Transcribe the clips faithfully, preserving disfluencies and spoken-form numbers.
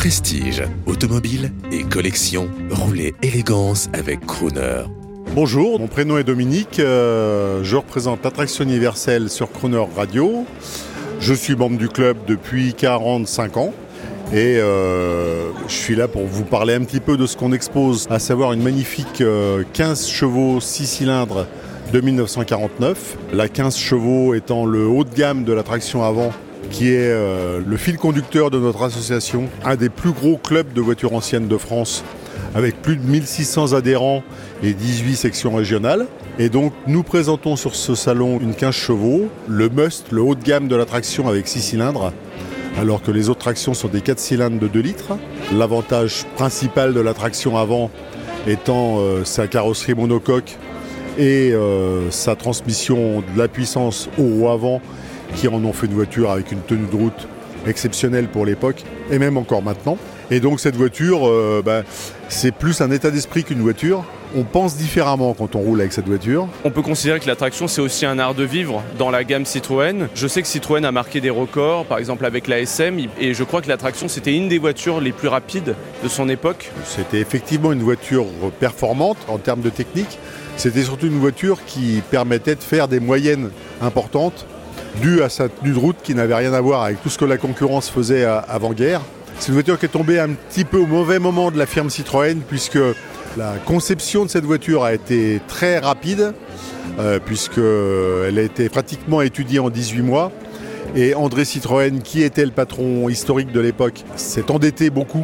Prestige, automobile et collection, roulez élégance avec Crooner. Bonjour, mon prénom est Dominique, euh, je représente l'Attraction Universelle sur Crooner Radio. Je suis membre du club depuis quarante-cinq ans et euh, je suis là pour vous parler un petit peu de ce qu'on expose, à savoir une magnifique euh, quinze chevaux six cylindres de dix-neuf cent quarante-neuf. La quinze chevaux étant le haut de gamme de l'attraction avant, qui est euh, le fil conducteur de notre association, un des plus gros clubs de voitures anciennes de France, avec plus de mille six cents adhérents et dix-huit sections régionales. Et donc nous présentons sur ce salon une quinze chevaux, le must, le haut de gamme de l'attraction avec six cylindres, alors que les autres tractions sont des quatre cylindres de deux litres. L'avantage principal de l'attraction avant étant euh, sa carrosserie monocoque et euh, sa transmission de la puissance au roue avant, qui en ont fait une voiture avec une tenue de route exceptionnelle pour l'époque, et même encore maintenant. Et donc cette voiture, euh, bah, c'est plus un état d'esprit qu'une voiture. On pense différemment quand on roule avec cette voiture. On peut considérer que l'attraction, c'est aussi un art de vivre dans la gamme Citroën. Je sais que Citroën a marqué des records, par exemple avec l'A S M, et je crois que l'attraction, c'était une des voitures les plus rapides de son époque. C'était effectivement une voiture performante en termes de technique. C'était surtout une voiture qui permettait de faire des moyennes importantes, due à sa tenue de route qui n'avait rien à voir avec tout ce que la concurrence faisait avant-guerre. C'est une voiture qui est tombée un petit peu au mauvais moment de la firme Citroën, puisque la conception de cette voiture a été très rapide, euh, puisqu'elle a été pratiquement étudiée en dix-huit mois. Et André Citroën, qui était le patron historique de l'époque, s'est endetté beaucoup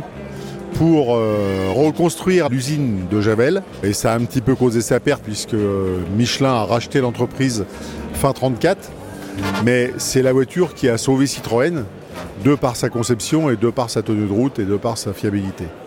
pour euh, reconstruire l'usine de Javel. Et ça a un petit peu causé sa perte, puisque Michelin a racheté l'entreprise fin trente-quatre. Mais c'est la voiture qui a sauvé Citroën, de par sa conception et de par sa tenue de route et de par sa fiabilité.